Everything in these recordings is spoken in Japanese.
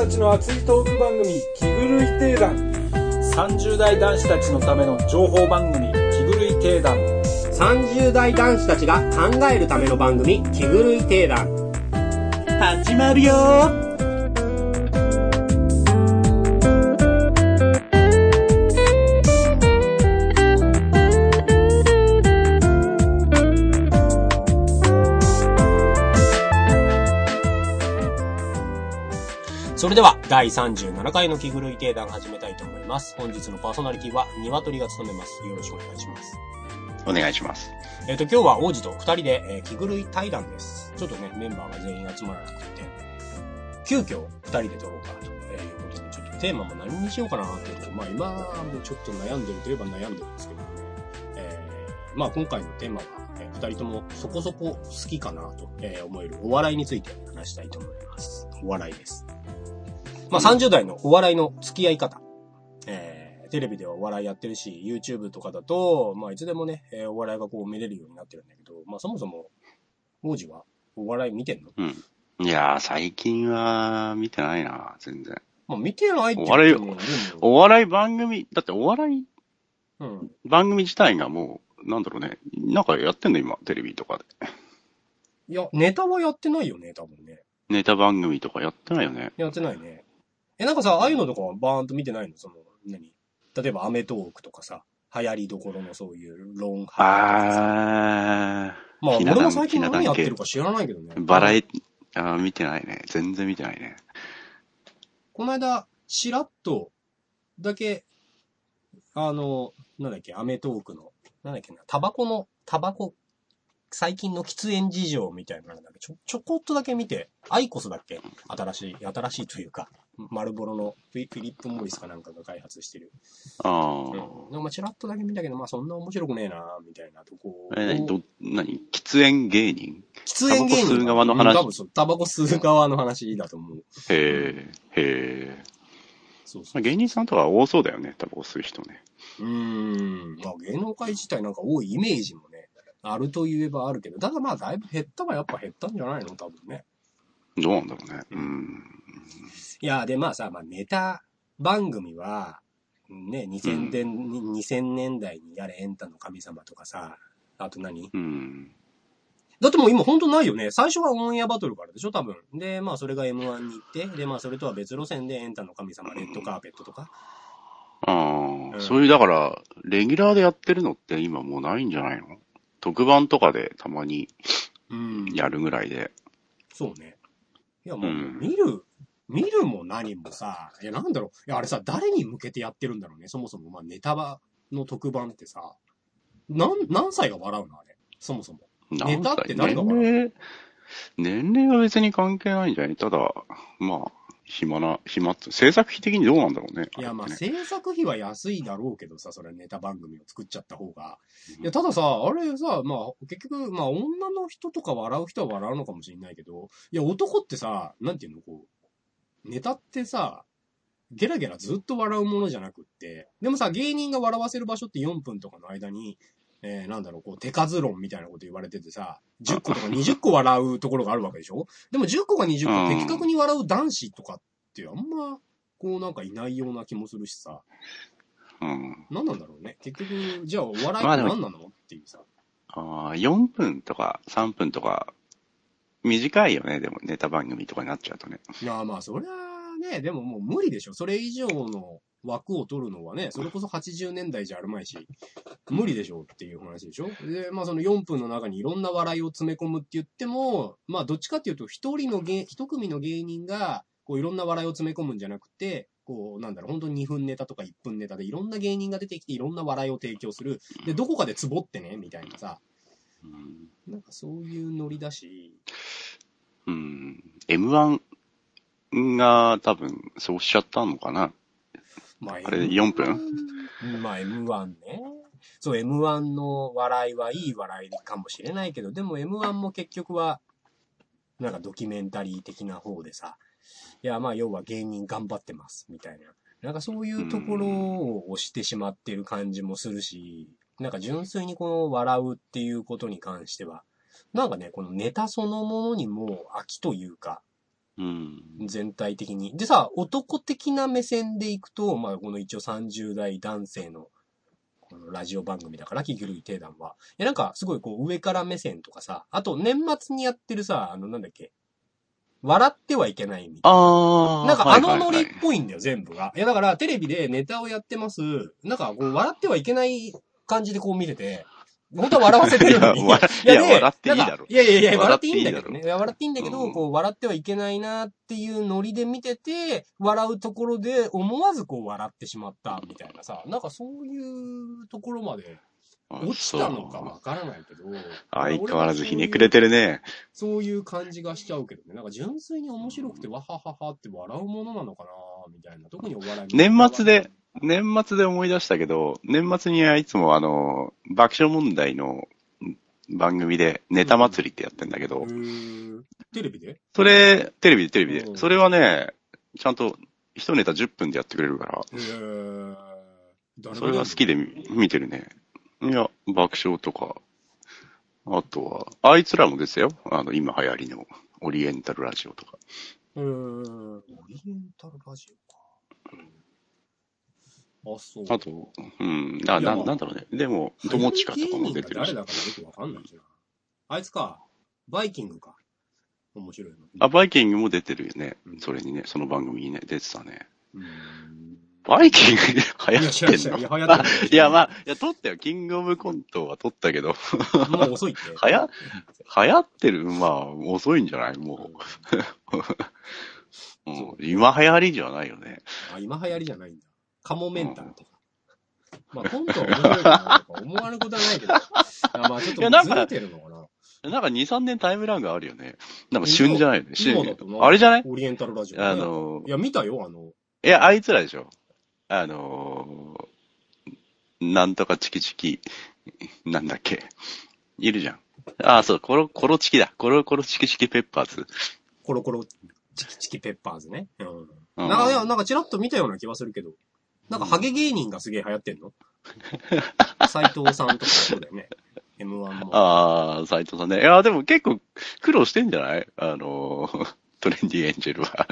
たちの熱いトーク番組、気狂い定談。 30代男子たちのための情報番組、気狂い定談。 30代男子たちが考えるための番組、気狂い定談。 始まるよー。 それでは第37回の気狂い定談始めたいと思います。本日のパーソナリティは鶏が務めます。よろしくお願いします。 お願いします。 今日は王子と2人で、気狂い対談です。ちょっとね、メンバーが全員集まらなくて、急遽2人で撮ろうかということで、ちょっとテーマも何にしようかなっていうと、まあ今はもうちょっと悩んでるといえば悩んでるんですけどね。まあ今回のテーマは、2人ともそこそこ好きかなと、思えるお笑いについて話したいと思います。お笑いです。まあ30代のお笑いの付き合い方。テレビではお笑いやってるし、YouTube とかだと、まあいつでもね、お笑いがこう見れるようになってるんだけど、まあそもそも、王子はお笑い見てんの？ うん。いやー、最近は見てないな、全然。 まあ見てないって言ってもお笑い番組、だってお笑い、 うん、 番組自体がもう、なんだろうね、なんかやってんの今、テレビとかで。 いや、ネタはやってないよね、多分ね。 ネタ番組とかやってないよね。 やってないね。なんかさ、ああいうのとかはバーンと見てないの？例えばアメトークとかさ、流行りどころのそういうロンハー。まあ、俺も最近何やってるか知らないけどね。 見てないね。全然見てないね。 この間、しらっと、だけ、なんだっけ、アメトークの、なんだっけな、タバコ、最近の喫煙事情みたいなのだけちょこっとだけ見て、アイコスだっけ？新しいというか、マルボロのフィリップ・モリスかなんかが開発してる。まあ、チラッとだけ見たけど、まあそんな面白くねえなみたいなとこ。 喫煙芸人？ 喫煙芸人。タバコ吸う側の話。多分そう、タバコ吸う側の話だと思う。 へえ。そうそう。芸人さんとか多そうだよね、タバコ吸う人ね。 まあ芸能界自体なんか多いイメージもね、あると言えばあるけど、ただまあだいぶ減ったんじゃないの多分ね。 どうなんだろうね。 いや、でまあさ、まあネタ番組は、ね、2000年代にやれエンタの神様とかさ、あと何？だってもう今ほんとないよね。最初はオンエアバトルからでしょ多分。で、まあそれが M1 に行って、で、まあそれとは別路線でエンタの神様、レッドカーペットとか。 そういう、だから、レギュラーでやってるのって今もうないんじゃないの？特番とかでたまにやるぐらいで。 そうね。いやもう見るも何もさ、いやなんだろう。いやあれさ、誰に向けてやってるんだろうね。そもそもまあネタバの特番ってさ、何歳が笑うのあれ。そもそも。ネタって誰が笑う？ 年齢は別に関係ないんじゃない？ただ、まあ、制作費的にどうなんだろうね。 いや、まあ、制作費は安いだろうけどさ、それネタ番組を作っちゃった方が。いや、たださ、あれさ、まあ、結局、まあ、女の人とか笑う人は笑うのかもしれないけど、いや、男ってさ、なんていうの、こう、ネタってさ、ゲラゲラずっと笑うものじゃなくって、でもさ、芸人が笑わせる場所って4分とかの間に、なんだろう、こう、手数論みたいなこと言われててさ、10個とか20個笑うところがあるわけでしょ？でも10個か20個的確に笑う男子とかってあんま、こうなんかいないような気もするしさ。何なんだろうね。結局、じゃあお笑いって何なのっていうさ。 4分とか3分とか、短いよね、でもネタ番組とかになっちゃうとね。 いや、まあそりゃね、でももう無理でしょ。それ以上の枠を取るのはね、それこそ80年代じゃあるまいし、無理でしょっていう話でしょ。で、まあその4分の中にいろんな笑いを詰め込むって言っても、まあどっちかっていうと一組の芸人が、こういろんな笑いを詰め込むんじゃなくて、こうなんだろう、本当に2分ネタとか1分ネタでいろんな芸人が出てきていろんな笑いを提供する。で、どこかでツボってね、みたいなさ。なんかそういうノリだし。 M1 が多分そうしちゃったのかな。 まあ、 あれ4分？ まあ M1 ね。そう、M1 の笑いはいい笑いかもしれないけど、でも M1 も結局は、なんかドキュメンタリー的な方でさ、いやまあ要は芸人頑張ってます、みたいな。なんかそういうところを押してしまってる感じもするし、なんか純粋にこの笑うっていうことに関しては、なんかね、このネタそのものにも飽きというか、 うん。 全体的に。でさ、男的な目線でいくと、まあ、この一応30代男性の、このラジオ番組だから、気狂い定談は。いや、なんか、すごいこう、上から目線とかさ、あと、年末にやってるさ、なんだっけ、笑ってはいけないみたいな。なんか、ノリっぽいんだよ、全部が。いや、だから、テレビでネタをやってます。なんか、こう、笑ってはいけない感じでこう見てて、本当は笑わせてるのに。 いや、笑っていいだろ。 いや、笑っていいんだけどね。笑っていいんだけど、こう、笑ってはいけないなっていうノリで見てて、笑うところで思わずこう笑ってしまったみたいなさ、なんかそういうところまで落ちたのかわからないけど。 相変わらずひねくれてるね。 そういう感じがしちゃうけどね。なんか純粋に面白くてわはははって笑うものなのかなみたいな。特にお笑い年末で思い出したけど、年末にはいつも爆笑問題の番組でネタ祭りってやってんだけど。 テレビで？ それ、テレビで。それはね、ちゃんと一ネタ10分でやってくれるから。それは好きで見てるね。いや、爆笑とか。あとは、あいつらもですよ。今流行りのオリエンタルラジオとか。 オリエンタルラジオか。あ、そう。 あと、なんだろうね。でも、友近とかも出てるし。 誰だかよくわかんないしな。あいつか。バイキングか。面白いの。 あ、バイキングも出てるよね。それにね、その番組にね、出てたね。バイキング流行ってんの？いや、まあ、撮ったよ。キングオブコントは撮ったけど。 もう遅いって。 流行ってる？まあ、遅いんじゃない？もう。今流行りじゃないよね。 あ、今流行りじゃないんだ。カモメンタルとか。まあ、コントは面白いかなとか思われることはないけど。まあ、ちょっとずれてるのかな。 なんか2、3年タイムラグあるよね。なんか旬じゃないよね。 旬。 あれじゃない？ オリエンタルラジオ。いや、見たよ、 いや、あいつらでしょ。なんとかチキチキ、なんだっけ。いるじゃん。あ、そう、コロチキだ。コロチキチキペッパーズ。 コロコロチキチキペッパーズね。なんかチラッと見たような気はするけど。なんかハゲ芸人がすげえ流行ってんの？斉藤さんとかそうだよね。M1 も。 ああ、斉藤さんね。いや、でも結構苦労してんじゃない？トレンディエンジェルは。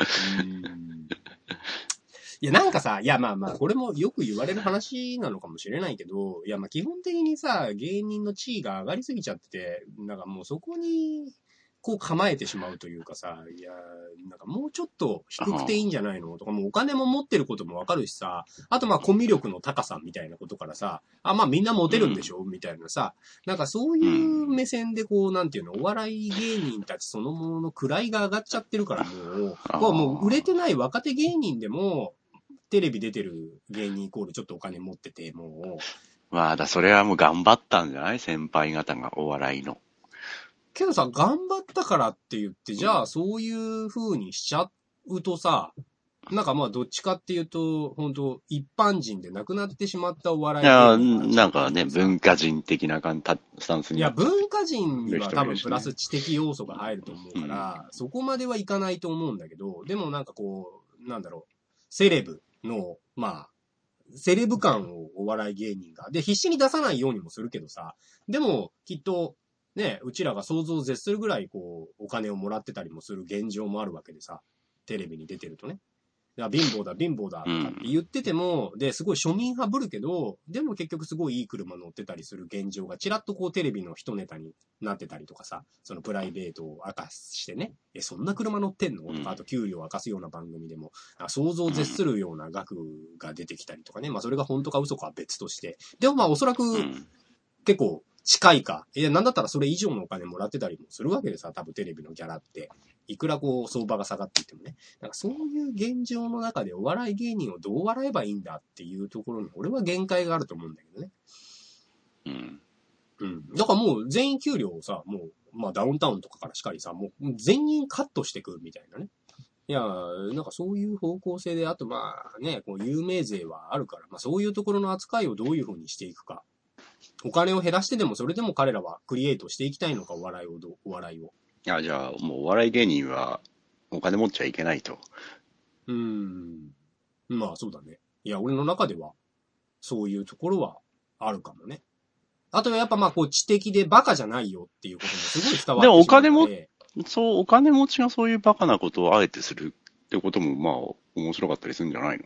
いや、なんかさ、いや、まあ、これもよく言われる話なのかもしれないけど、いや、まあ、基本的にさ、芸人の地位が上がりすぎちゃってて、なんかもうそこに、こう構えてしまうというかさ、いや、なんかもうちょっと低くていいんじゃないのとか、もうお金も持ってることもわかるしさ、あとまあコミュ力の高さみたいなことからさ、まあみんなモテるんでしょみたいなさ、なんかそういう目線でこう、なんていうの、お笑い芸人たちそのものの位が上がっちゃってるからもう売れてない若手芸人でも、テレビ出てる芸人イコールちょっとお金持ってて、もう。まあ、それはもう頑張ったんじゃない？先輩方がお笑いの。 けどさ、頑張ったからって言って、じゃあそういう風にしちゃうとさ、なんかまあどっちかっていうと、本当一般人で亡くなってしまったお笑い。 いや、なんかね、文化人的なスタンスに。 いや、文化人には多分プラス知的要素が入ると思うから、そこまではいかないと思うんだけど、でもなんかこう、なんだろう、セレブの、まあ、セレブ感をお笑い芸人が。で、必死に出さないようにもするけどさ、でも、きっと、ね、うちらが想像を絶するぐらい、こう、お金をもらってたりもする現状もあるわけでさ、テレビに出てるとね。貧乏だとかって言ってても、で、すごい庶民派ぶるけど、でも結局すごいいい車乗ってたりする現状が、ちらっとこうテレビの一ネタになってたりとかさ、そのプライベートを明かしてね、そんな車乗ってんのとか、あと給料を明かすような番組でも、想像を絶するような額が出てきたりとかね、まあそれが本当か嘘かは別として、でもまあおそらく、結構、近いか。なんだったらそれ以上のお金もらってたりもするわけでさ、多分テレビのギャラって。いくらこう相場が下がっていってもね。なんかそういう現状の中でお笑い芸人をどう笑えばいいんだっていうところに、俺は限界があると思うんだけどね。だからもう全員給料をさ、もう、まあダウンタウンとかからしかりさ、もう全員カットしてくみたいなね。いや、なんかそういう方向性で、あとまあね、こう有名税はあるから、まあそういうところの扱いをどういう風にしていくか。お金を減らしてでもそれでも彼らはクリエイトしていきたいのか、お笑いを。 いや、じゃあもうお笑い芸人はお金持っちゃいけないと。 まあそうだね。いや、俺の中ではそういうところはあるかもね。あとはやっぱまあこう知的でバカじゃないよっていうこともすごい伝わってしまって。 そう、お金持ちがそういうバカなことをあえてするってことも、まあ、面白かったりするんじゃないの？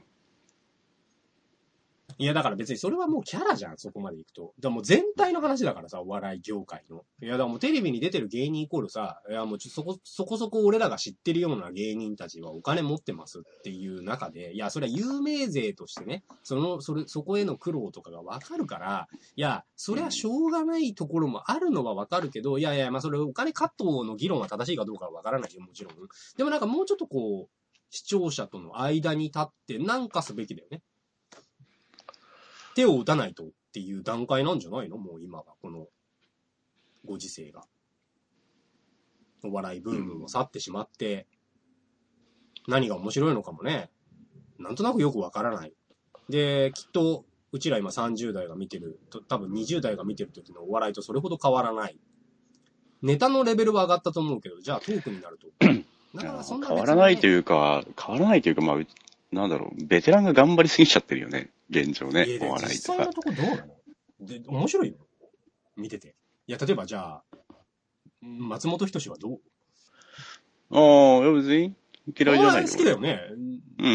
いや、だから別にそれはもうキャラじゃん、そこまで行くと。だからもう全体の話だからさ、お笑い業界の。いや、だからもうテレビに出てる芸人イコールさ、いやもうそこそこ俺らが知ってるような芸人たちはお金持ってますっていう中で、いや、それは有名税としてね、そこへの苦労とかがわかるから、いや、それはしょうがないところもあるのはわかるけど、いやいや、まあそれお金カットの議論は正しいかどうかはわからないよ、もちろん。でもなんかもうちょっとこう、視聴者との間に立ってなんかすべきだよね。手を打たないとっていう段階なんじゃないの？もう今は、このご時世が。お笑いブームも去ってしまって、何が面白いのかもね、なんとなくよくわからない。で、きっと、うちら今30代が見てる、多分20代が見てる時のお笑いとそれほど変わらない。ネタのレベルは上がったと思うけど、じゃあトークになると。だからそんな変わらないというか、まあ、なんだろう、ベテランが頑張りすぎちゃってるよね、現状ね、お笑いとか。 実際のとこどうなの？で、面白いよ。見てて。いや、例えばじゃあ、松本人志はどう？ ああ、いや別に嫌いじゃないよ。 好きだよね。 うん、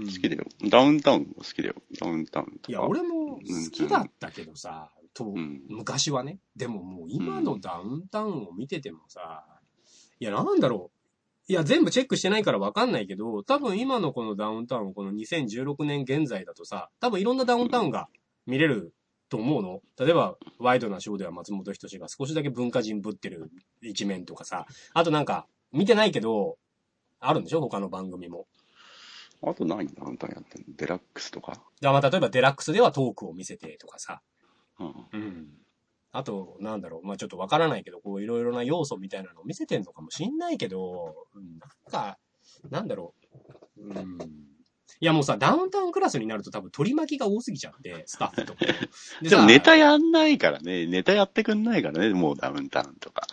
好きだよ。ダウンタウンも好きだよ。ダウンタウンとか。 いや、俺も好きだったけどさ、昔はね。でももう今のダウンタウンを見ててもさ、いや、なんだろう。いや、全部チェックしてないからわかんないけど、多分今のこのダウンタウン、この2016年現在だとさ、多分いろんなダウンタウンが見れると思うの。例えば、ワイドなショーでは松本人志が少しだけ文化人ぶってる一面とかさ、あとなんか、見てないけど、あるんでしょ？他の番組も。 あと何ダウンタウンやってんの？デラックスとか？ まあ、例えばデラックスではトークを見せてとかさ。 うん。 あと、なんだろう。まあ、ちょっとわからないけど、こういろいろな要素みたいなのを見せてんのかもしんないけど、なんか、なんだろう。いやもうさ、ダウンタウンクラスになると多分取り巻きが多すぎちゃって、スタッフとか。 でもネタやんないからね。ネタやってくんないからね、もうダウンタウンとか。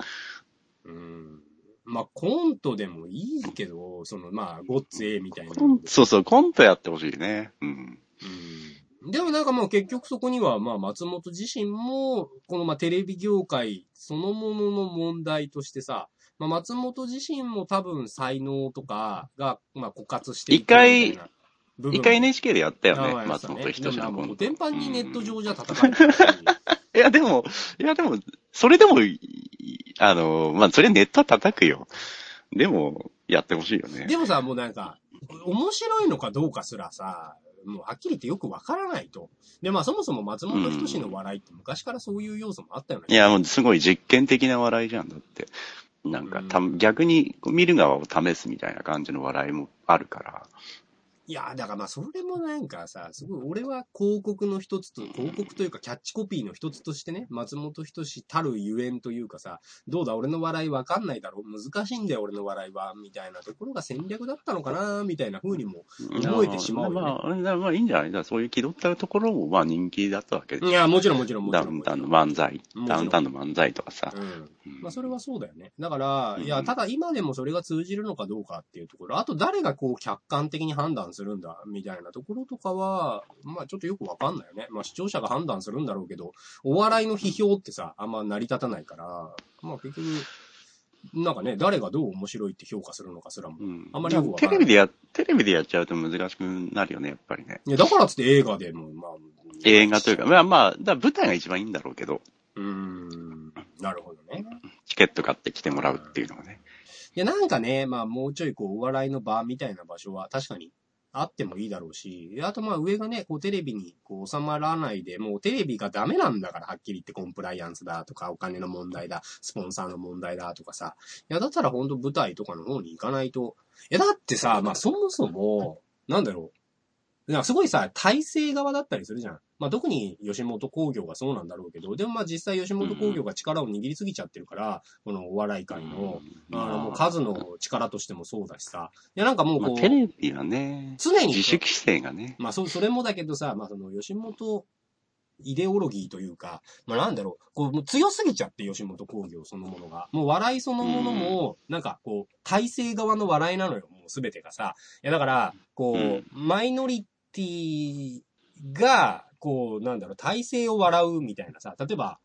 まあ、コントでもいいけど、まあ、ゴッツ A みたいな。 そうそう、コントやってほしいね。 でもなんかもう結局そこには、まあ松本自身も、このまあテレビ業界そのものの問題としてさ、まあ松本自身も多分才能とかが、まあ枯渇していくみたいな。 一回 NHK でやったよね、松本人志のコント。 全般にネット上じゃ叩かれてるし。 いやでも、それでも、まあそれネットは叩くよ。でも、やってほしいよね。 でもさ、もうなんか、面白いのかどうかすらさ、もうはっきり言ってよくわからないと。で、まあそもそも松本人志の笑いって昔からそういう要素もあったよね。 いや、もうすごい実験的な笑いじゃんだって。なんか、逆に見る側を試すみたいな感じの笑いもあるから。 いや、だからまあそれもなんかさ、すごい俺は広告の一つと、広告というかキャッチコピーの一つとしてね、松本人志たるゆえんというかさ、どうだ俺の笑いわかんないだろ、難しいんだよ俺の笑いは、みたいなところが戦略だったのかな、みたいな風にも思えてしまうよね。 まあいいんじゃないだそういう気取ったところもまあ人気だったわけです。 いや、もちろん。 ダウンタウンの漫才とかさ。 まあそれはそうだよね。だから、いや、ただ今でもそれが通じるのかどうかっていうところ、あと誰がこう客観的に判断するんだ、みたいなところとかは、まあちょっとよくわかんないよね。まあ視聴者が判断するんだろうけど、お笑いの批評ってさ、あんま成り立たないから、まあ結局、なんかね、誰がどう面白いって評価するのかすらも、あんまりよくわかんない。 テレビでやっちゃうと難しくなるよね、やっぱりね。 いや、だからつって映画でも、まあ。 映画というか、まあ、だ舞台が一番いいんだろうけど。 なるほどね。 チケット買って来てもらうっていうのがね。 いや、なんかね、まあもうちょいこう、お笑いの場みたいな場所は確かにあってもいいだろうし、あとまあ上がね、こうテレビにこう収まらないで、もうテレビがダメなんだから、はっきり言ってコンプライアンスだとか、お金の問題だ、スポンサーの問題だとかさ。いや、だったらほんと舞台とかの方に行かないと。いや、だってさ、まあそもそも、なんだろう。なんかすごいさ、体制側だったりするじゃん。まあ特に吉本興業がそうなんだろうけど、でもまあ実際吉本興業が力を握りすぎちゃってるから、このお笑い界の、もう数の力としてもそうだしさ。いやなんかもうこう、 テレビはね、 常に自主規制がね。 まあそれもだけどさ、まあその吉本イデオロギーというか、まあなんだろう、こうもう強すぎちゃって吉本興業そのものが。もう笑いそのものも、なんかこう、体制側の笑いなのよ、もうすべてがさ。いやだから、こう、マイノリティが、こう、なんだろう、体制を笑うみたいなさ、例えば、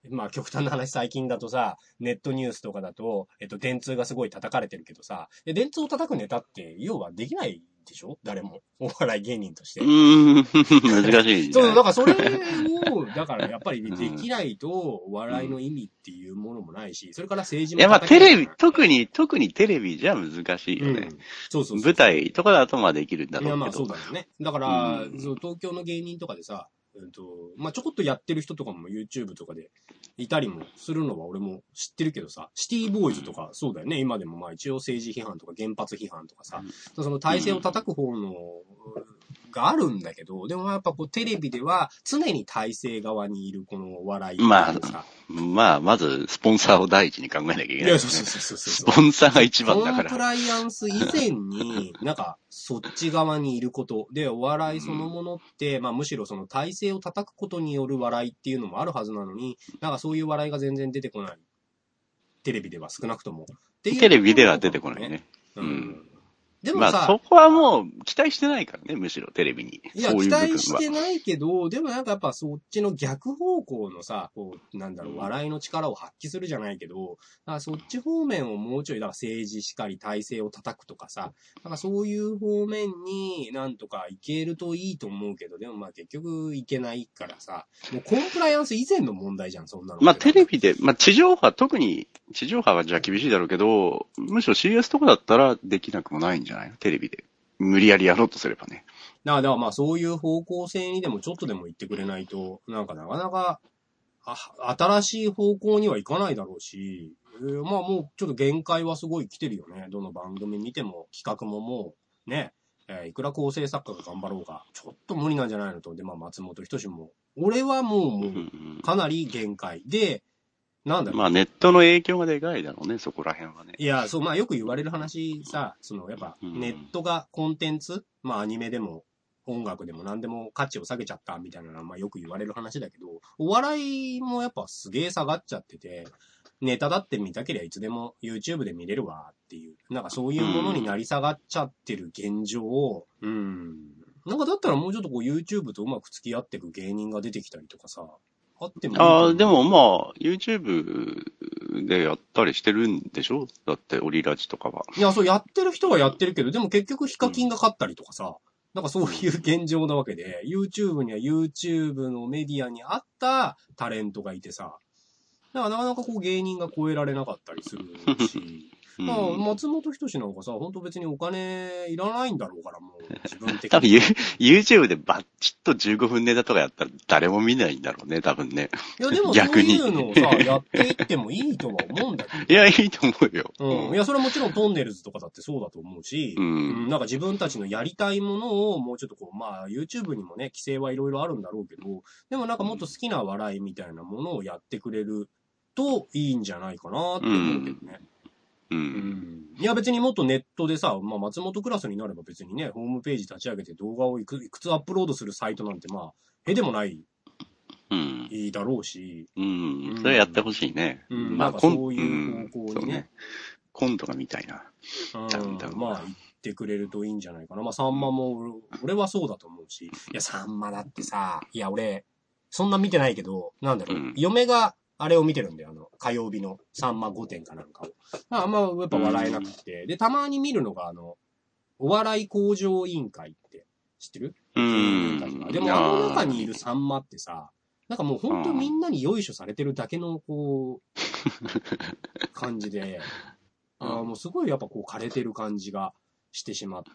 まあ極端な話最近だとさ、ネットニュースとかだと、電通がすごい叩かれてるけどさ、電通を叩くネタって、要はできないでしょ誰も。お笑い芸人として。 難しい。 そう、だからそれを、だからやっぱりできないと、お笑いの意味っていうものもないし、それから政治も。 いや、まあテレビ、特にテレビじゃ難しいよね。 そう。 舞台とかだとまあできるんだろうけど。いや、 まあそうだよね。だから、そう東京の芸人とかでさ、まあちょこっとやってる人とかも YouTube とかでいたりもするのは俺も知ってるけどさ、シティボーイズとかそうだよね。今でもまあ一応政治批判とか原発批判とかさ、その体制を叩く方の、があるんだけど、でもやっぱこうテレビでは常に体制側にいるこのお笑いまあ、まずスポンサーを第一に考えなきゃいけない、ね。いや、 そう。 スポンサーが一番だから。 コンプライアンス以前に、なんかそっち側にいること。で、お笑いそのものって、まあむしろその体制を叩くことによる笑いっていうのもあるはずなのに、なんかそういう笑いが全然出てこない。テレビでは少なくとも。 テレビでは出てこないね。 でもさ、 まあそこはもう期待してないからね、むしろテレビに。 いや、期待してないけど、でもなんかやっぱそっちの逆方向のさ、こう、なんだろう、笑いの力を発揮するじゃないけど、そっち方面をもうちょい、だから政治しかり体制を叩くとかさ、なんかそういう方面になんとかいけるといいと思うけど、でもまあ結局いけないからさ、もうコンプライアンス以前の問題じゃん、そんなの。 まあテレビで、まあ地上波はじゃあ厳しいだろうけど、むしろ CS とかだったらできなくもないんじゃないのテレビで。無理やりやろうとすればね。 だからまあそういう方向性にでもちょっとでも行ってくれないと、なんかなかなか、新しい方向にはいかないだろうし、まあもうちょっと限界はすごい来てるよね。どの番組見ても企画ももうね、いくら構成作家が頑張ろうが、ちょっと無理なんじゃないのと。で、まあ松本人志も、俺はもうかなり限界で、なんだろう。 まあネットの影響がでかいだろうね、そこら辺はね。 いや、そう、まあよく言われる話さ、やっぱネットがコンテンツ、まあアニメでも音楽でも何でも価値を下げちゃったみたいなのは、まあよく言われる話だけど、お笑いもやっぱすげえ下がっちゃってて、ネタだって見たけりゃいつでも YouTube で見れるわっていう、なんかそういうものになり下がっちゃってる現状を、なんかだったらもうちょっとこう YouTube とうまく付き合っていく芸人が出てきたりとかさ、あってもいい。 ああ、でもまあ、YouTube でやったりしてるんでしょだって、オリラジとかは。 いや、そう、やってる人はやってるけど、でも結局ヒカキンが勝ったりとかさ、なんかそういう現状なわけで、YouTube には YouTube のメディアに合ったタレントがいてさ、だからなかなかこう芸人が超えられなかったりするし、まあ、松本人志なんかさ、ほんと別にお金いらないんだろうから、もう自分的に。 多分YouTube でバッチッと15分ネタとかやったら誰も見ないんだろうね、多分ね。 いや、でもそういうのをさ、やっていってもいいとは思うんだけど。 いや、いいと思うよ。 いや、それはもちろんトンネルズとかだってそうだと思うし、なんか自分たちのやりたいものをもうちょっとこう、まあ YouTube にもね、規制はいろいろあるんだろうけど、でもなんかもっと好きな笑いみたいなものをやってくれるといいんじゃないかなって思うけどね。いや別にもっとネットでさ、まあ松本クラスになれば別にね、ホームページ立ち上げて動画をいくつアップロードするサイトなんてまあ、でもない、いいだろうし。 それやってほしいね。 まあそういう方向にね。 コントが見たいな。 まあ言ってくれるといいんじゃないかな。まあさんまも、俺はそうだと思うし。いやさんまだってさ、いや俺、そんな見てないけど、なんだろう、嫁が、あれを見てるんだよ、火曜日のさんま御殿かなんかを。まあ、やっぱ笑えなくて。で、たまに見るのが、お笑い向上委員会って知ってる？でも、あの中にいるさんまってさ、なんかもう本当みんなによいしょされてるだけの、こう、感じで、もうすごいやっぱこう枯れてる感じがしてしまって、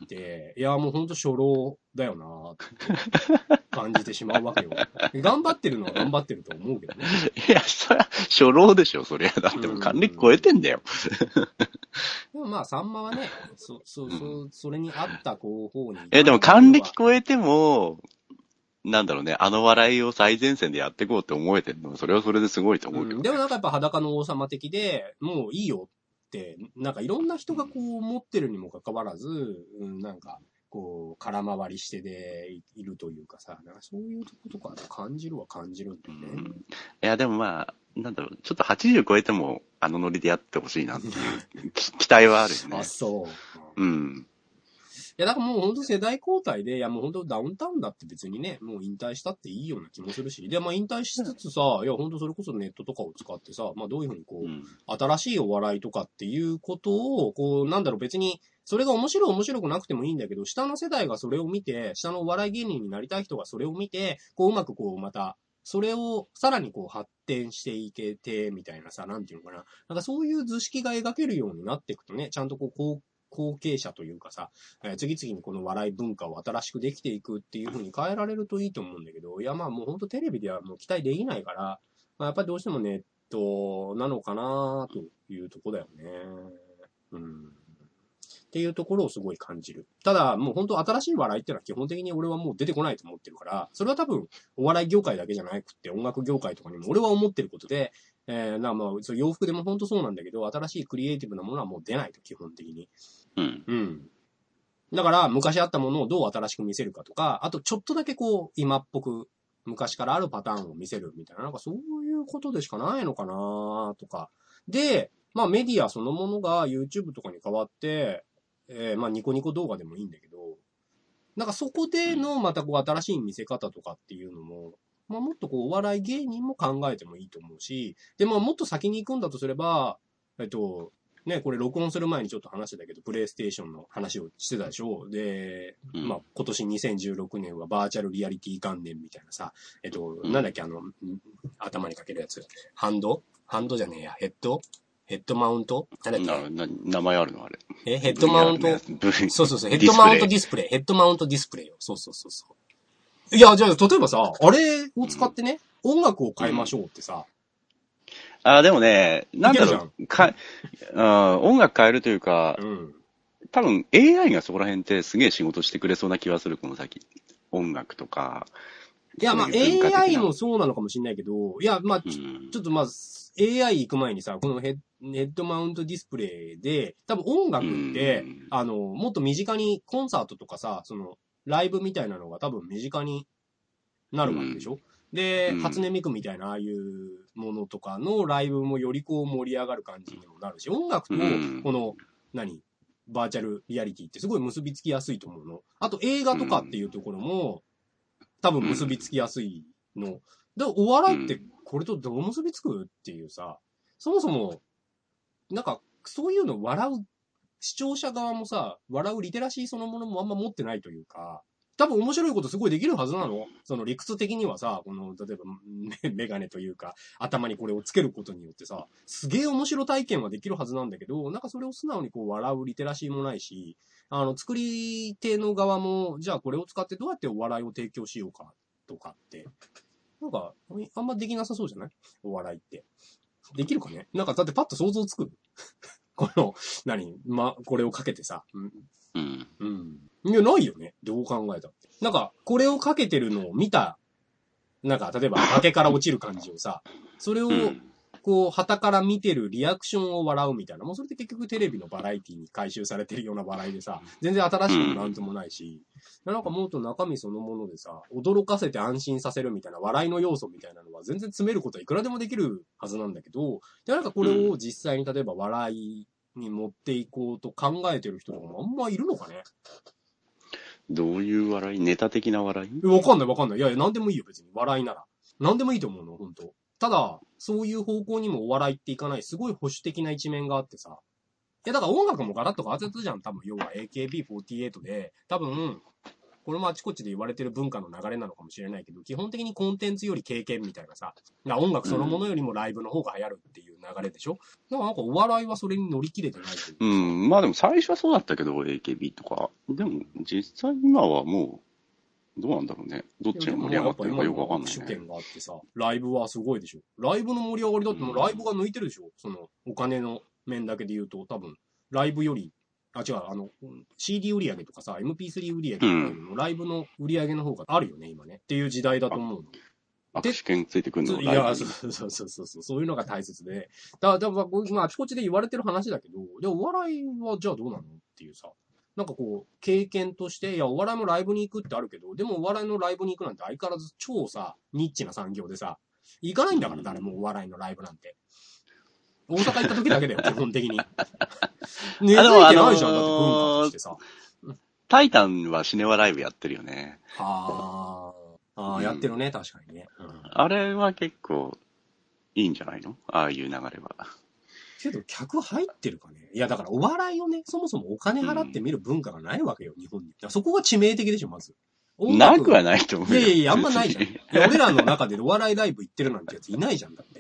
いや、もうほんと初老だよなーって感じてしまうわけよ。頑張ってるのは頑張ってると思うけどね。 いや、そりゃ、初老でしょ、そりゃ。だってもう還暦超えてんだよ。 でもまあ、さんまはね、それに合った方に。 でも還暦超えても、なんだろうね、あの笑いを最前線でやっていこうって思えてるの、それはそれですごいと思うけど、ね。 でもなんかやっぱ裸の王様的で、もういいよって、なんかいろんな人がこう思ってるにもかかわらず、なんか、こう、空回りしてでいるというかさ、なんかそういうとことか感じるは感じるんだよね。 いや、でもまあ、なんだろう、ちょっと80超えても、あのノリでやってほしいなっていう期待はあるよね。 あ、そう。 いや、だからもう本当世代交代で、いやもう本当ダウンタウンだって別にね、もう引退したっていいような気もするし、で、まあ引退しつつさ、いや本当それこそネットとかを使ってさ、まあどういうふうにこう、新しいお笑いとかっていうことを、こう、なんだろう別に、それが面白くなくてもいいんだけど、下の世代がそれを見て、下のお笑い芸人になりたい人がそれを見て、こううまくこうまた、それをさらにこう発展していけて、みたいなさ、なんていうのかな。なんかそういう図式が描けるようになっていくとね、ちゃんとこう、後継者というかさ、次々にこの笑い文化を新しくできていくっていう風に変えられるといいと思うんだけど、いやまあもうほんとテレビではもう期待できないから、まあ、やっぱりどうしてもネットなのかなというところだよね。うん。っていうところをすごい感じる。ただ、もう本当新しい笑いっていうのは基本的に俺はもう出てこないと思ってるから、それは多分お笑い業界だけじゃなくて音楽業界とかにも俺は思ってることで、まあ、そう洋服でも本当そうなんだけど、新しいクリエイティブなものはもう出ないと基本的に。うん。だから昔あったものをどう新しく見せるかとか、あとちょっとだけこう今っぽく昔からあるパターンを見せるみたいな、なんかそういうことでしかないのかなとか。で、まあメディアそのものが YouTube とかに変わって、まあニコニコ動画でもいいんだけど、なんかそこでのまたこう新しい見せ方とかっていうのも、まあもっとこうお笑い芸人も考えてもいいと思うし、でまあもっと先に行くんだとすれば、ね、これ録音する前にちょっと話してたけど、プレイステーションの話をしてたでしょ。で、まあ今年2016年はバーチャルリアリティ元年みたいなさ、なんだっけ頭にかけるやつ。ハンドじゃねえや、ヘッドマウントなんだっけ名前あるのあれ。 ヘッドマウント。そう。ヘッドマウントディスプレイ。ヘッドマウントディスプレイよ。そう。いや、じゃあ、例えばさ、あれを使ってね、音楽を変えましょうってさ。 でもね、なんだろう。音楽変えるというか、多分 AI がそこら辺ってすげえ仕事してくれそうな気がする、この先。音楽とか。 いや、まあ AI もそうなのかもしれないけど、いや、まあ、ちょっとまあ、AI 行く前にさ、このヘッドマウントディスプレイで、多分音楽って、もっと身近にコンサートとかさ、ライブみたいなのが多分身近になるわけでしょ、で、初音ミクみたいなああいうものとかのライブもよりこう盛り上がる感じにもなるし、音楽と、この、バーチャルリアリティってすごい結びつきやすいと思うの。あと映画とかっていうところも、多分結びつきやすいの。で、お笑いってこれとどう結びつくっていうさ、そもそも、なんか、そういうの笑う、視聴者側もさ、笑うリテラシーそのものもあんま持ってないというか、多分面白いことすごいできるはずなの。その理屈的にはさ、例えば、メガネというか、頭にこれをつけることによってさ、すげえ面白体験はできるはずなんだけど、なんかそれを素直にこう笑うリテラシーもないし、作り手の側も、じゃあこれを使ってどうやってお笑いを提供しようか、とかって、なんか、あんまできなさそうじゃないお笑いって。できるかねなんか、だってパッと想像つくこの、これをかけてさ。いや、ないよね。どう考えたって。なんか、これをかけてるのを見た、なんか、例えば崖から落ちる感じをさ、それを、こう、旗から見てるリアクションを笑うみたいな。もうそれって結局テレビのバラエティに回収されてるような笑いでさ、全然新しくもなんともないし、なんかもっと中身そのものでさ、驚かせて安心させるみたいな笑いの要素みたいなのは全然詰めることはいくらでもできるはずなんだけど、で、なんかこれを実際に例えば笑いに持っていこうと考えてる人とかもあんまいるのかね。 どういう笑い？ネタ的な笑い？ わかんない。いや、なんでもいいよ、別に。笑いなら。なんでもいいと思うの、ほんと。ただ、そういう方向にもお笑いっていかない、すごい保守的な一面があってさ。いや、だから音楽もガラッと変わってたじゃん、多分。要は AKB48 で、多分、これもあちこちで言われてる文化の流れなのかもしれないけど、基本的にコンテンツより経験みたいなさ、音楽そのものよりもライブの方が流行るっていう流れでしょ。だからなんかお笑いはそれに乗り切れてないというか。 まあでも最初はそうだったけど、AKB とか。でも実際今はもう、どうなんだろうね。どっちが盛り上がってるかよくわかんないね。 主権があってさ、ライブはすごいでしょ。ライブの盛り上がりだってもうライブが抜いてるでしょ。そのお金の面だけで言うと多分、ライブより、CD 売り上げとかさ、MP3 売り上げとかよりもライブの売り上げの方があるよね、今ね。っていう時代だと思うの。 握手券ついてくるの？ いや、そういうのが大切で。まあ、あちこちで言われてる話だけど、で、お笑いはじゃあどうなのっていうさ。なんかこう、経験として、いや、お笑いもライブに行くってあるけど、でもお笑いのライブに行くなんて相変わらず超さ、ニッチな産業でさ、行かないんだから誰もお笑いのライブなんて。大阪行った時だけだよ、基本的に。根付いてないじゃん、だって文化としてさ。 タイタンはシネワライブやってるよね。 やってるね、確かにね。 あれは結構いいんじゃないの？ああいう流れは。 けど、客入ってるかね。いや、だからお笑いをね、そもそもお金払って見る文化がないわけよ、日本に。だからそこが致命的でしょ、まず。 なくはないと思うよ。 いや、あんまないじゃん。いや、俺らの中でお笑いライブ行ってるなんてやついないじゃん、だって。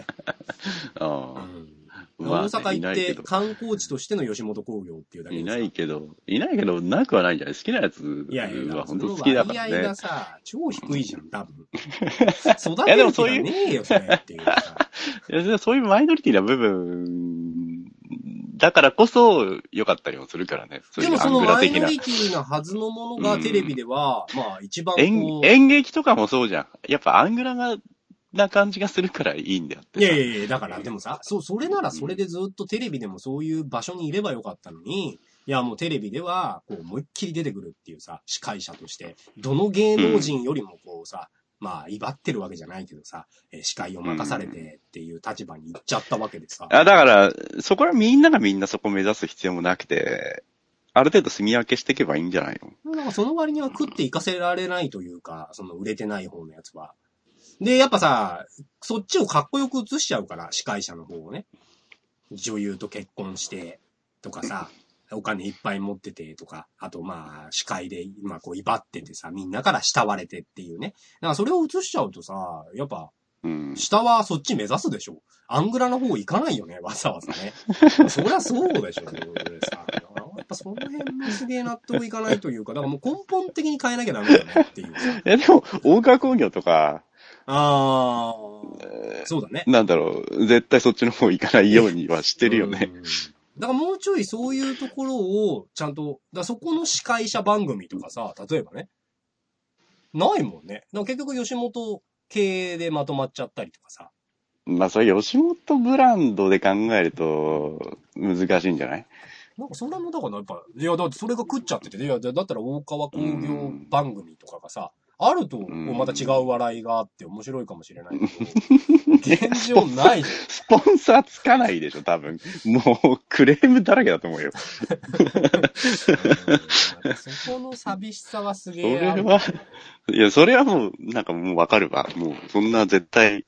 大阪行って観光地としての吉本興業っていうだけでいないけど、なくはないんじゃない？好きなやつは本当好きだからね。 割合がさ、超低いじゃん、多分。育てる気がねえよ、それっていうさ。 いや、そういうマイノリティな部分、だからこそ良かったりもするからね。 でもそのマイノリティなはずのものがテレビでは、まあ一番演劇とかもそうじゃん。やっぱアングラな感じがするからいいんだよって。 いや、だからでもさ、それならそれでずっとテレビでもそういう場所にいればよかったのに、いやもうテレビでは、こう思いっきり出てくるっていうさ、司会者として、どの芸能人よりもこうさ、まあ、威張ってるわけじゃないけどさ、司会を任されてっていう立場に行っちゃったわけでさ。 だから、そこはみんながみんなそこを目指す必要もなくて、ある程度住み分けしていけばいいんじゃないの？ なんかその割には食っていかせられないというか、その売れてない方のやつは。で、やっぱさ、そっちをかっこよく映しちゃうから、司会者の方をね。女優と結婚して、とかさ、お金いっぱい持っててとか、あとまあ、司会で、まあこう威張っててさ、みんなから慕われてっていうね。だからそれを映しちゃうとさ、やっぱ、下はそっち目指すでしょ。アングラの方行かないよね、わざわざね。そりゃそうでしょ、さ。やっぱその辺もすげえ納得いかないというか、だからもう根本的に変えなきゃダメだよねっていうさ。 いやでも、大川工業とか、 そうだね。 なんだろう、絶対そっちの方行かないようにはしてるよね。 だからもうちょいそういうところを、ちゃんと、そこの司会者番組とかさ、例えばね、ないもんね。だから結局吉本系でまとまっちゃったりとかさ。 まあそれ吉本ブランドで考えると、難しいんじゃない？ なんかそれもだからやっぱ、いやだってそれが食っちゃってて、いやだったら大川工業番組とかがさ、あると、また違う笑いがあって面白いかもしれないけど、現状ないじゃん。 スポンサーつかないでしょ、多分。もう、クレームだらけだと思うよ。 そこの寂しさはすげえ。 それはもう、なんかもうわかるわ。もう、そんな絶対、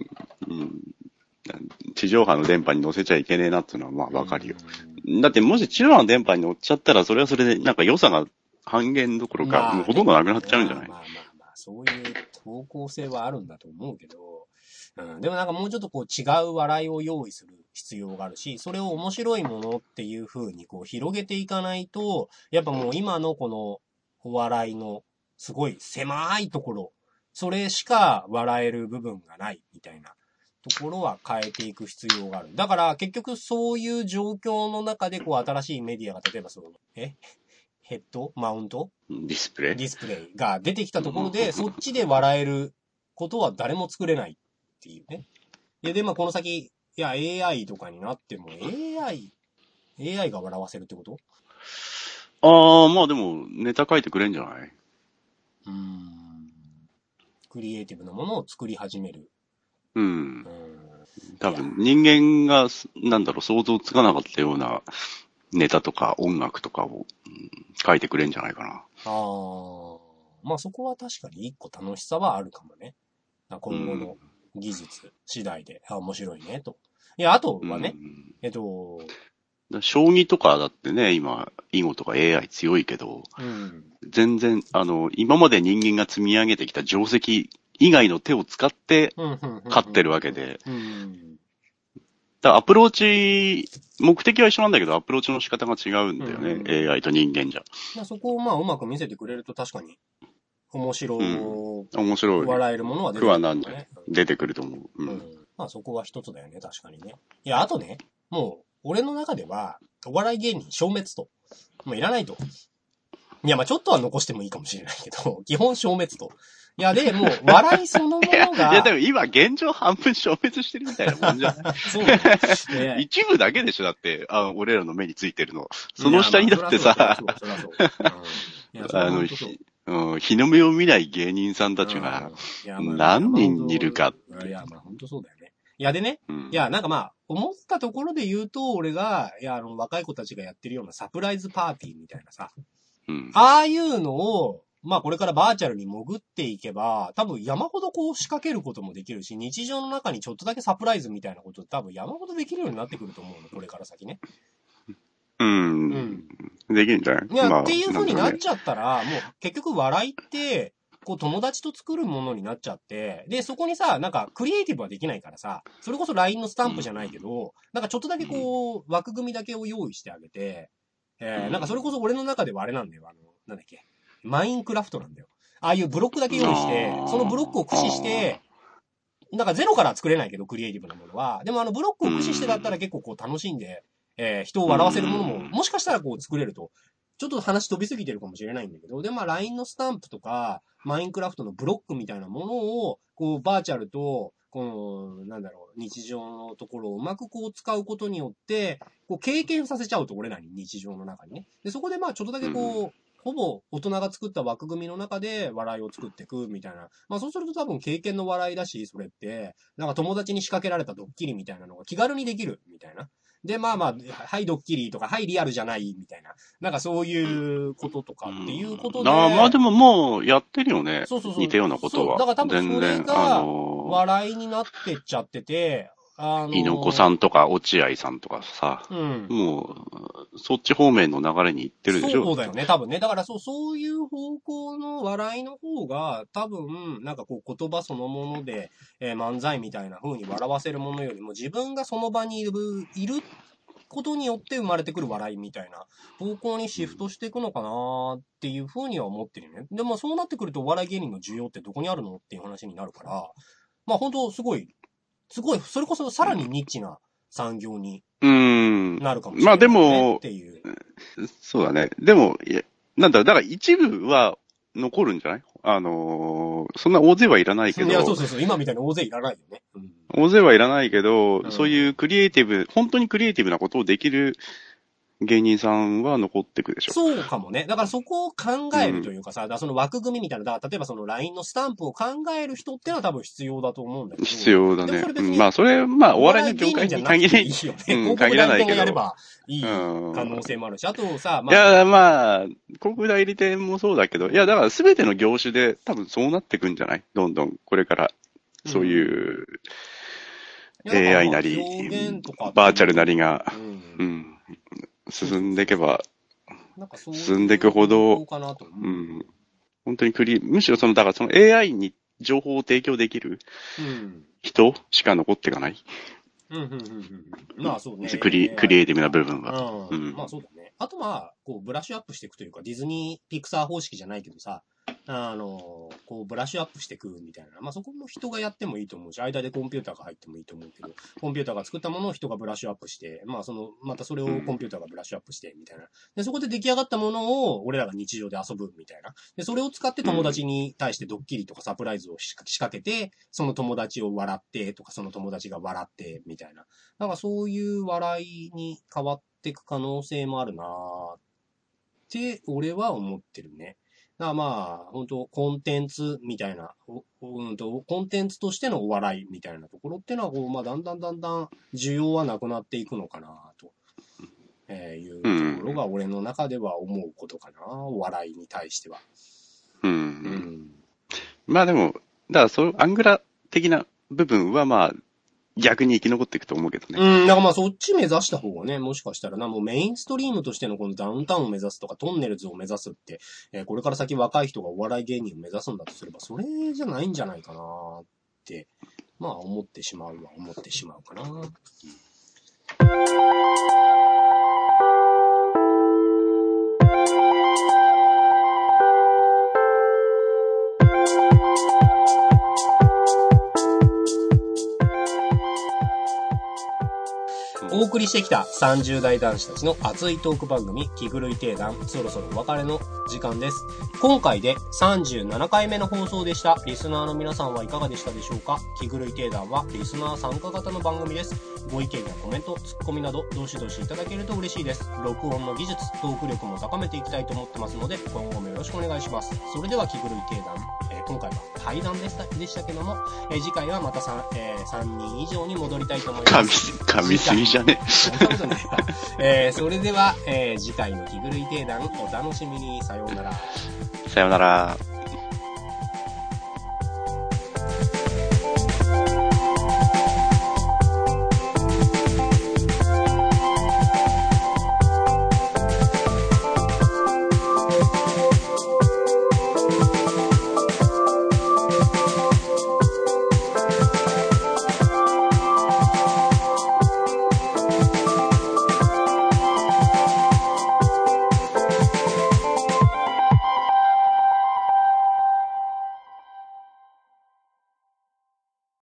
地上波の電波に乗せちゃいけねえなっていうのはまあわかるよ。だってもし地上波の電波に乗っちゃったら、それはそれで、なんか良さが半減どころか、もうほとんどなくなっちゃうんじゃない？ まあ、そういう方向性はあるんだと思うけど、でもなんかもうちょっとこう違う笑いを用意する必要があるし、それを面白いものっていう風にこう広げていかないと、やっぱもう今のこのお笑いのすごい狭いところ、それしか笑える部分がないみたいなところは変えていく必要がある。だから結局そういう状況の中でこう新しいメディアが例えばその、ヘッドマウントディスプレイが出てきたところで、そっちで笑えることは誰も作れないっていうね。で、まあこの先、いや AI とかになっても AI が笑わせるってこと？ まあでもネタ書いてくれんじゃない？ クリエイティブなものを作り始める。 多分人間が想像つかなかったようなネタとか音楽とかを、書いてくれんじゃないかな。 まあそこは確かに一個楽しさはあるかもね。今後の技術次第で、面白いねと。いや、あとはね、 将棋とかだってね、今、囲碁とか AI 強いけど、全然、今まで人間が積み上げてきた定石以外の手を使って勝ってるわけで、アプローチ、目的は一緒なんだけど、アプローチの仕方が違うんだよね、AI と人間じゃ。 そこをまあうまく見せてくれると確かに、面白い。笑えるものは出てくると思う。 まあそこは一つだよね、確かにね。いや、あとね、もう、俺の中では、お笑い芸人消滅と。もういらないと。いや、まあちょっとは残してもいいかもしれないけど、基本消滅と。いや、で、もう、笑いそのものが。 いや、でも今、現状半分消滅してるみたいなもんじゃない？そうね。一部だけでしょ、だって、俺らの目についてるの。その下にだってさ、日の目を見ない芸人さんたちが、何人いるか。 いや、まあ本当そうだよね。いや、でね、いや、なんかまあ、思ったところで言うと、俺が、いや、若い子たちがやってるようなサプライズパーティーみたいなさ、 ああいうのを、まあこれからバーチャルに潜っていけば、多分山ほどこう仕掛けることもできるし、日常の中にちょっとだけサプライズみたいなこと多分山ほどできるようになってくると思うの、これから先ね。 できるんじゃない？ いや、っていう風になっちゃったら、もう結局笑いって、こう友達と作るものになっちゃって、で、そこにさ、なんかクリエイティブはできないからさ、それこそ LINE のスタンプじゃないけど、なんかちょっとだけこう、枠組みだけを用意してあげて、なんかそれこそ俺の中ではあれなんだよ、なんだっけ、マインクラフトなんだよ。ああいうブロックだけ用意して、そのブロックを駆使して、なんかゼロから作れないけど、クリエイティブなものは。でもブロックを駆使してだったら結構こう楽しんで、人を笑わせるものも、もしかしたらこう作れると。ちょっと話飛びすぎてるかもしれないんだけど、で、まあ LINE のスタンプとか、マインクラフトのブロックみたいなものを、こうバーチャルと、この、なんだろう、日常のところをうまくこう使うことによって、こう経験させちゃうと、俺らに日常の中にね。で、そこでまあちょっとだけこう、ほぼ大人が作った枠組みの中で笑いを作っていくみたいな。まあそうすると多分経験の笑いだし、それって、なんか友達に仕掛けられたドッキリみたいなのが気軽にできるみたいな。で、まあまあ、はいドッキリとか、はいリアルじゃないみたいな。なんかそういうこととかっていうことで。 まあでももうやってるよね。 そう。 似たようなことは。 だから多分それが笑いになってっちゃってて、 猪子さんとか落合さんとかさ、もう、そっち方面の流れに行ってるでしょ。 そうだよね、多分ね。だからそういう方向の笑いの方が、多分、なんかこう言葉そのもので、漫才みたいな風に笑わせるものよりも、自分がその場にいることによって生まれてくる笑いみたいな方向にシフトしていくのかなっていう風には思ってるよね。でもそうなってくるとお笑い芸人の需要ってどこにあるのっていう話になるから、まあ本当すごい、それこそさらにニッチな産業になるかもしれない、ね。まあでも、っていう。 そうだね。でも、なんだから一部は残るんじゃない？そんな大勢はいらないけど。 いや、そう。今みたいに大勢いらないよね。 大勢はいらないけど、そういうクリエイティブ、本当にクリエイティブなことをできる芸人さんは残ってくでしょ。 そうかもね。だからそこを考えるというかさ、だからその枠組みみたいな、だから例えばその LINE のスタンプを考える人ってのは多分必要だと思うんだけど。 必要だね。まあそれ、まあお笑いの業界に限らない。 いいよね。限らないけど。やればいい可能性もあるし、あとさ、 まあ。いや、まあ、広告代理店もそうだけど、いや、だから全ての業種で多分そうなってくんじゃない？どんどん、これから、そういう、AI なり、バーチャルなりが、進んでいけば、進んでいくほど、本当にむしろだからその AI に情報を提供できる人しか残っていかない。 まあそうね。 クリエイティブな部分は。 まあそうだね。あとまあ、こうブラッシュアップしていくというか、ディズニー、ピクサー方式じゃないけどさ、こうブラッシュアップしていくみたいな。まあそこも人がやってもいいと思うし、間でコンピューターが入ってもいいと思うけど、コンピューターが作ったものを人がブラッシュアップして、まあまたそれをコンピューターがブラッシュアップして、みたいな。で、そこで出来上がったものを俺らが日常で遊ぶみたいな。で、それを使って友達に対してドッキリとかサプライズを仕掛けて、その友達を笑ってとか、その友達が笑って、みたいな。なんかそういう笑いに変わっていく可能性もあるなーって俺は思ってるね。だからまあ、本当コンテンツみたいな、コンテンツとしてのお笑いみたいなところっていうのはこう、まあだんだん需要はなくなっていくのかなと、いうところが俺の中では思うことかな、お笑いに対しては。 まあでも、だからアングラ的な部分はまあ、逆に生き残っていくと思うけどね。 だからまあそっち目指した方がね、もしかしたらもうメインストリームとしてのこのダウンタウンを目指すとかトンネルズを目指すって、これから先若い人がお笑い芸人を目指すんだとすれば、それじゃないんじゃないかなって、まあ思ってしまうかな。お送りしてきた30代男子たちの熱いトーク番組、気狂い定談、そろそろお別れの時間です。今回で37回目の放送でした。リスナーの皆さんはいかがでしたでしょうか？気狂い定談はリスナー参加型の番組です。ご意見やコメント、ツッコミなど、どしどしいただけると嬉しいです。録音の技術、トーク力も高めていきたいと思ってますので、今後もよろしくお願いします。それでは気狂い定談、今回は対談でしたけども、次回はまた3人以上に戻りたいと思います。 噛みすぎじゃね？ そんなことないわ。それでは、次回の気狂い定談お楽しみに。さようなら。 さようなら。